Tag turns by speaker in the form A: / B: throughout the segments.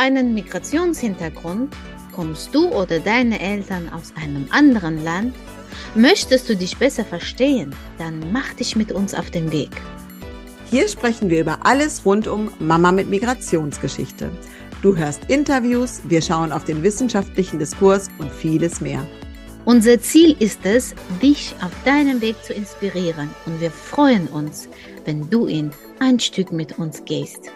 A: einen Migrationshintergrund? Kommst du oder deine Eltern aus einem anderen Land? Möchtest du dich besser verstehen? Dann mach dich mit uns auf den Weg.
B: Hier sprechen wir über alles rund um Mama mit Migrationsgeschichte. Du hörst Interviews, wir schauen auf den wissenschaftlichen Diskurs und vieles mehr.
A: Unser Ziel ist es, dich auf deinem Weg zu inspirieren, und wir freuen uns, wenn du ihn ein Stück mit uns gehst.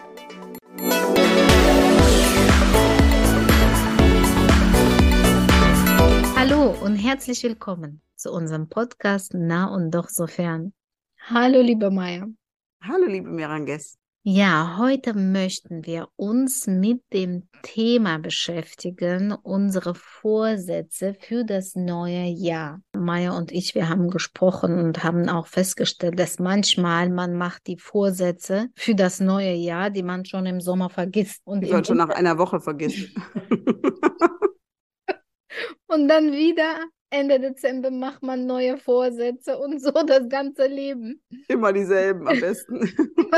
A: Hallo und herzlich willkommen zu unserem Podcast Nah und doch so fern. Hallo, liebe Maya.
B: Hallo, liebe Miranges.
A: Ja, heute möchten wir uns mit dem Thema beschäftigen, unsere Vorsätze für das neue Jahr. Maya und ich, wir haben gesprochen und haben auch festgestellt, dass manchmal man macht die Vorsätze für das neue Jahr, die man schon im Sommer vergisst. Und
B: Die man schon nach einer Woche vergisst.
A: Und dann wieder Ende Dezember macht man neue Vorsätze und so das ganze Leben.
B: Immer dieselben am besten.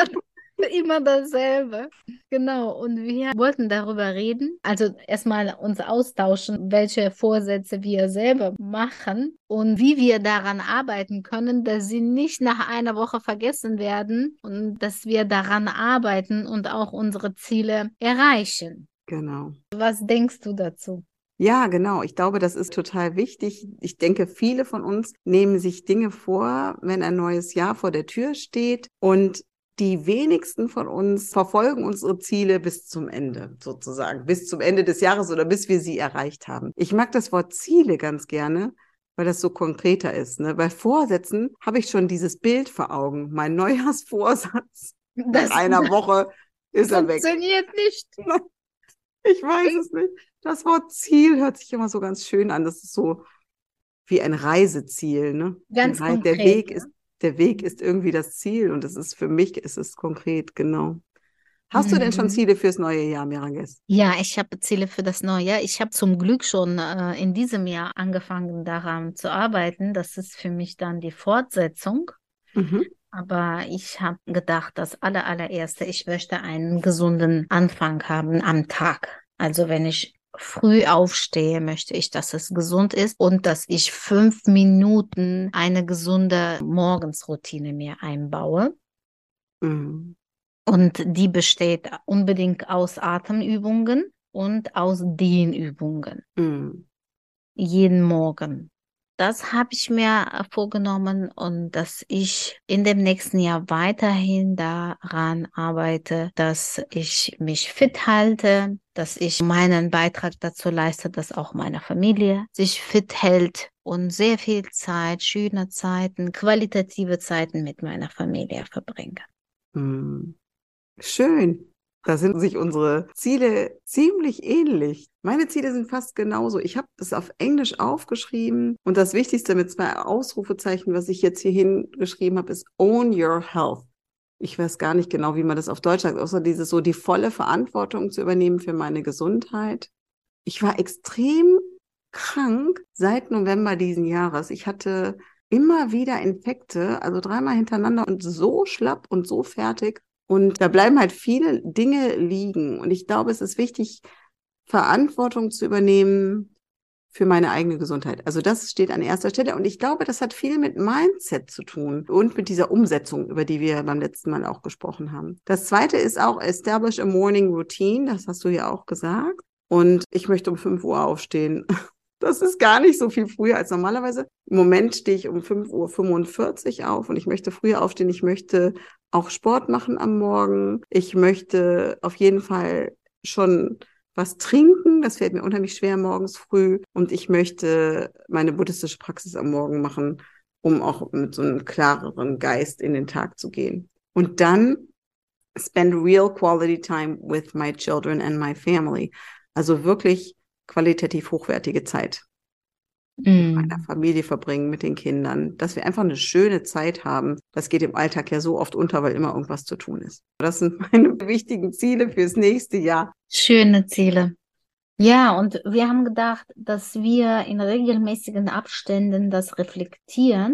A: Immer dasselbe. Genau. Und wir wollten darüber reden. Also erstmal uns austauschen, welche Vorsätze wir selber machen und wie wir daran arbeiten können, dass sie nicht nach einer Woche vergessen werden und dass wir daran arbeiten und auch unsere Ziele erreichen.
B: Genau.
A: Was denkst du dazu?
B: Ja, genau. Ich glaube, das ist total wichtig. Ich denke, viele von uns nehmen sich Dinge vor, wenn ein neues Jahr vor der Tür steht, und die wenigsten von uns verfolgen unsere Ziele bis zum Ende, sozusagen, bis zum Ende des Jahres oder bis wir sie erreicht haben. Ich mag das Wort Ziele ganz gerne, weil das so konkreter ist. Ne? Bei Vorsätzen habe ich schon dieses Bild vor Augen. Mein Neujahrsvorsatz, nach einer Woche ist er weg.
A: Funktioniert nicht.
B: Ich weiß es nicht. Das Wort Ziel hört sich immer so ganz schön an. Das ist so wie ein Reiseziel. Ne?
A: Ganz konkret.
B: Der Weg ist irgendwie das Ziel, und für mich ist es konkret, genau. Hast du denn schon Ziele fürs neue Jahr, Miranges?
A: Ja, ich habe Ziele für das neue Jahr. Ich habe zum Glück schon in diesem Jahr angefangen, daran zu arbeiten. Das ist für mich dann die Fortsetzung.
B: Mhm.
A: Aber ich habe gedacht, das allererste, ich möchte einen gesunden Anfang haben am Tag. Also wenn ich früh aufstehe, möchte ich, dass es gesund ist und dass ich 5 Minuten eine gesunde Morgensroutine mir einbaue.
B: Mhm.
A: Und die besteht unbedingt aus Atemübungen und aus Dehnübungen.
B: Mhm.
A: Jeden Morgen. Das habe ich mir vorgenommen, und dass ich in dem nächsten Jahr weiterhin daran arbeite, dass ich mich fit halte, dass ich meinen Beitrag dazu leiste, dass auch meine Familie sich fit hält und sehr viel Zeit, schöne Zeiten, qualitative Zeiten mit meiner Familie verbringe.
B: Mhm. Schön. Da sind sich unsere Ziele ziemlich ähnlich. Meine Ziele sind fast genauso. Ich habe es auf Englisch aufgeschrieben, und das Wichtigste mit 2 Ausrufezeichen, was ich jetzt hier hingeschrieben habe, ist Own Your Health. Ich weiß gar nicht genau, wie man das auf Deutsch sagt, außer die volle Verantwortung zu übernehmen für meine Gesundheit. Ich war extrem krank seit November diesen Jahres. Ich hatte immer wieder Infekte, also 3-mal hintereinander, und so schlapp und so fertig. Und da bleiben halt viele Dinge liegen. Und ich glaube, es ist wichtig, Verantwortung zu übernehmen für meine eigene Gesundheit. Also das steht an erster Stelle. Und ich glaube, das hat viel mit Mindset zu tun und mit dieser Umsetzung, über die wir beim letzten Mal auch gesprochen haben. Das Zweite ist auch Establish a Morning Routine. Das hast du ja auch gesagt. Und ich möchte um 5 Uhr aufstehen. Das ist gar nicht so viel früher als normalerweise. Im Moment stehe ich um 5:45 Uhr auf, und ich möchte früher aufstehen. Ich möchte auch Sport machen am Morgen. Ich möchte auf jeden Fall schon was trinken. Das fällt mir unheimlich schwer morgens früh. Und ich möchte meine buddhistische Praxis am Morgen machen, um auch mit so einem klareren Geist in den Tag zu gehen. Und dann spend real quality time with my children and my family. Also wirklich qualitativ hochwertige Zeit mit meiner Familie verbringen, mit den Kindern, dass wir einfach eine schöne Zeit haben. Das geht im Alltag ja so oft unter, weil immer irgendwas zu tun ist. Das sind meine wichtigen Ziele fürs nächste Jahr.
A: Schöne Ziele. Ja, und wir haben gedacht, dass wir in regelmäßigen Abständen das reflektieren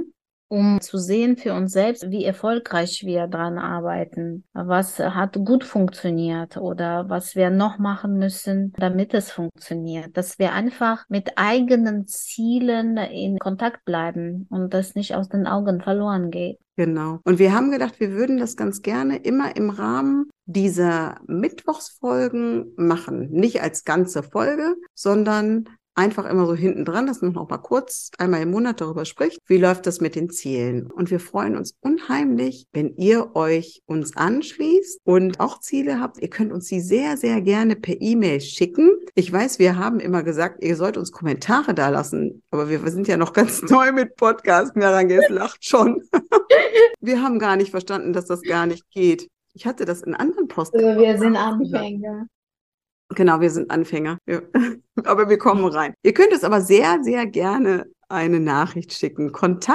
A: um zu sehen für uns selbst, wie erfolgreich wir dran arbeiten, was hat gut funktioniert oder was wir noch machen müssen, damit es funktioniert. Dass wir einfach mit eigenen Zielen in Kontakt bleiben und das nicht aus den Augen verloren geht.
B: Genau. Und wir haben gedacht, wir würden das ganz gerne immer im Rahmen dieser Mittwochsfolgen machen. Nicht als ganze Folge, sondern einfach immer so hinten dran, dass man noch mal kurz einmal im Monat darüber spricht, wie läuft das mit den Zielen. Und wir freuen uns unheimlich, wenn ihr euch uns anschließt und auch Ziele habt. Ihr könnt uns die sehr, sehr gerne per E-Mail schicken. Ich weiß, wir haben immer gesagt, ihr sollt uns Kommentare da lassen, aber wir sind ja noch ganz neu mit Podcast. Miranges lacht schon. Wir haben gar nicht verstanden, dass das gar nicht geht. Ich hatte das in anderen
A: Also wir sind
B: Podcasts gesagt.
A: Anfänger.
B: Genau, wir sind Anfänger. Ja. Aber wir kommen rein. Ihr könnt es aber sehr, sehr gerne eine Nachricht schicken.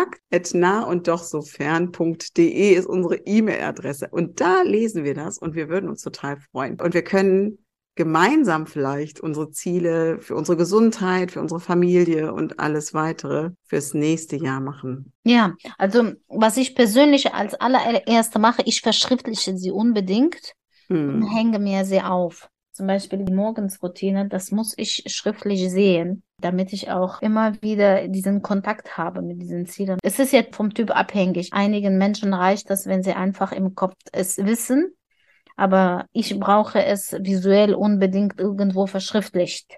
B: kontakt@nahunddochsofern.de ist unsere E-Mail-Adresse. Und da lesen wir das und wir würden uns total freuen. Und wir können gemeinsam vielleicht unsere Ziele für unsere Gesundheit, für unsere Familie und alles weitere fürs nächste Jahr machen.
A: Ja, also was ich persönlich als allererste mache, ich verschriftliche sie unbedingt und hänge mir sie auf. Zum Beispiel die Morgensroutine, das muss ich schriftlich sehen, damit ich auch immer wieder diesen Kontakt habe mit diesen Zielen. Es ist jetzt vom Typ abhängig. Einigen Menschen reicht das, wenn sie einfach im Kopf es wissen, aber ich brauche es visuell unbedingt irgendwo verschriftlicht.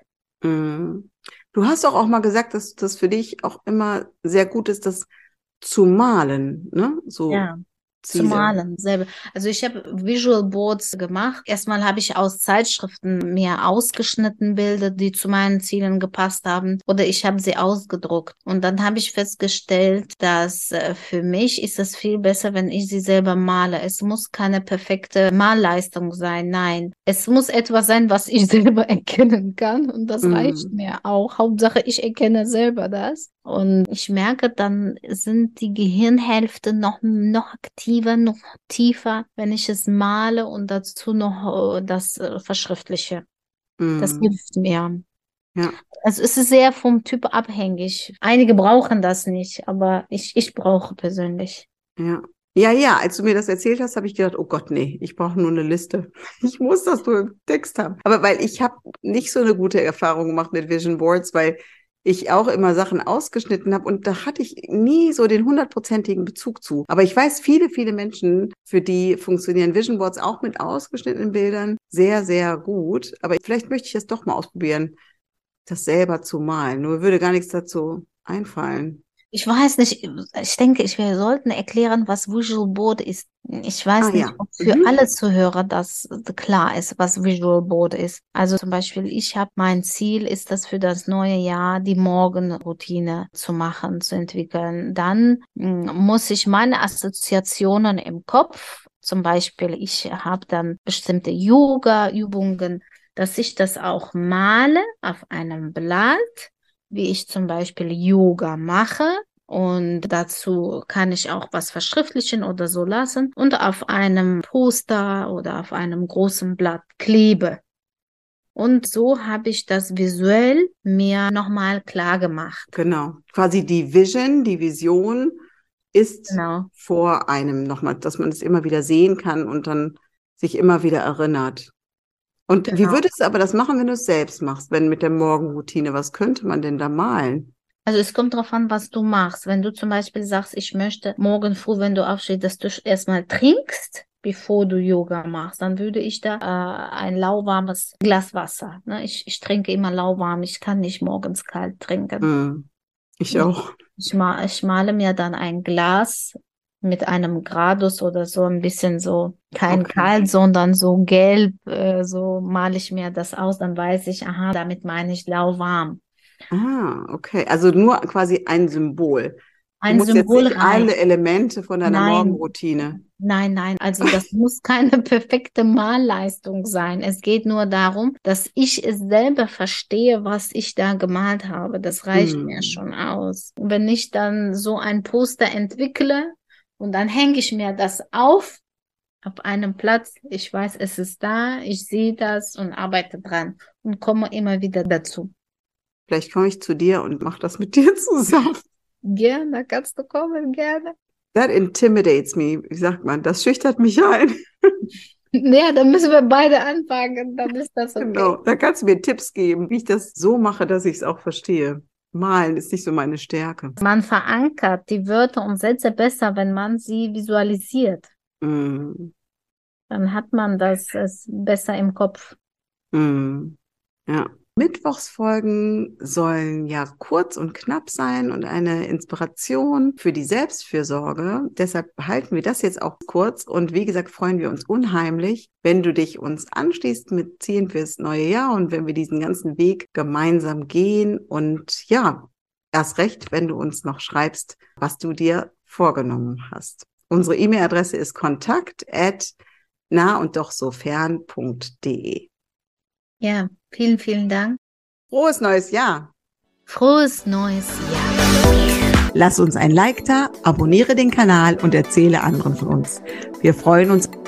B: Du hast doch auch mal gesagt, dass das für dich auch immer sehr gut ist, das zu malen, ne? So
A: Ja. Zu
B: Ziele.
A: malen selber. Also ich habe Visual Boards gemacht. Erstmal habe ich aus Zeitschriften mir ausgeschnitten Bilder, die zu meinen Zielen gepasst haben, oder ich habe sie ausgedruckt. Und dann habe ich festgestellt, dass für mich ist es viel besser, wenn ich sie selber male. Es muss keine perfekte Malleistung sein. Nein, es muss etwas sein, was ich selber erkennen kann. Und das reicht mir auch. Hauptsache, ich erkenne selber das. Und ich merke, dann sind die Gehirnhälften noch aktiver, noch tiefer, wenn ich es male und dazu noch das verschriftliche. Das hilft mir.
B: Ja.
A: Also es ist sehr vom Typ abhängig. Einige brauchen das nicht, aber ich brauche persönlich.
B: Ja. Ja, als du mir das erzählt hast, habe ich gedacht, oh Gott, nee, ich brauche nur eine Liste. Ich muss das nur im Text haben. Aber weil ich habe nicht so eine gute Erfahrung gemacht mit Vision Boards, weil ich auch immer Sachen ausgeschnitten habe und da hatte ich nie so den 100%igen Bezug zu. Aber ich weiß, viele, viele Menschen, für die funktionieren Vision Boards auch mit ausgeschnittenen Bildern sehr, sehr gut. Aber vielleicht möchte ich es doch mal ausprobieren, das selber zu malen. Nur würde gar nichts dazu einfallen.
A: Ich weiß nicht, ich denke, wir sollten erklären, was Visual Board ist. Ich weiß nicht, ob für alle Zuhörer das klar ist, was Visual Board ist. Also zum Beispiel, mein Ziel ist das für das neue Jahr, die Morgenroutine zu machen, zu entwickeln. Dann muss ich meine Assoziationen im Kopf, zum Beispiel, ich habe dann bestimmte Yoga-Übungen, dass ich das auch male auf einem Blatt, wie ich zum Beispiel Yoga mache. Und dazu kann ich auch was verschriftlichen oder so lassen und auf einem Poster oder auf einem großen Blatt klebe. Und so habe ich das visuell mir nochmal klar gemacht.
B: Genau. Quasi die Vision ist vor einem nochmal, dass man es immer wieder sehen kann und dann sich immer wieder erinnert. Und wie würdest du aber das machen, wenn du es selbst machst, wenn mit der Morgenroutine? Was könnte man denn da malen?
A: Also es kommt darauf an, was du machst. Wenn du zum Beispiel sagst, ich möchte morgen früh, wenn du aufstehst, dass du erstmal trinkst, bevor du Yoga machst, dann würde ich da ein lauwarmes Glas Wasser. Ne? Ich trinke immer lauwarm. Ich kann nicht morgens kalt trinken.
B: Ich auch.
A: Ich male mir dann ein Glas mit einem Gradus oder so, ein bisschen so, kein kalt, sondern so gelb, so male ich mir das aus, dann weiß ich, aha, damit meine ich lauwarm.
B: Ah, okay. Also nur quasi ein Symbol.
A: Ein
B: Du musst
A: Symbol
B: jetzt nicht alle Elemente von deiner Morgenroutine.
A: Nein. Also das muss keine perfekte Malleistung sein. Es geht nur darum, dass ich es selber verstehe, was ich da gemalt habe. Das reicht mir schon aus. Wenn ich dann so ein Poster entwickle und dann hänge ich mir das auf einem Platz. Ich weiß, es ist da, ich sehe das und arbeite dran und komme immer wieder dazu.
B: Vielleicht komme ich zu dir und mache das mit dir zusammen.
A: Gerne, kannst du kommen, gerne.
B: That intimidates me. Wie sagt man? Das schüchtert mich ein.
A: Ja, dann müssen wir beide anfangen, dann ist das
B: Genau.
A: okay.
B: Da kannst du mir Tipps geben, wie ich das so mache, dass ich es auch verstehe. Malen ist nicht so meine Stärke.
A: Man verankert die Wörter und Sätze besser, wenn man sie visualisiert.
B: Mm,
A: Dann hat man das besser im Kopf.
B: mm, ja. Mittwochsfolgen sollen ja kurz und knapp sein und eine Inspiration für die Selbstfürsorge. Deshalb halten wir das jetzt auch kurz. Und wie gesagt, freuen wir uns unheimlich, wenn du dich uns anschließt mit Zielen fürs neue Jahr und wenn wir diesen ganzen Weg gemeinsam gehen. Und ja, erst recht, wenn du uns noch schreibst, was du dir vorgenommen hast. Unsere E-Mail-Adresse ist kontakt@nahunddochsofern.de.
A: Ja, vielen, vielen Dank.
B: Frohes neues Jahr!
A: Frohes neues Jahr.
B: Lass uns ein Like da, abonniere den Kanal und erzähle anderen von uns. Wir freuen uns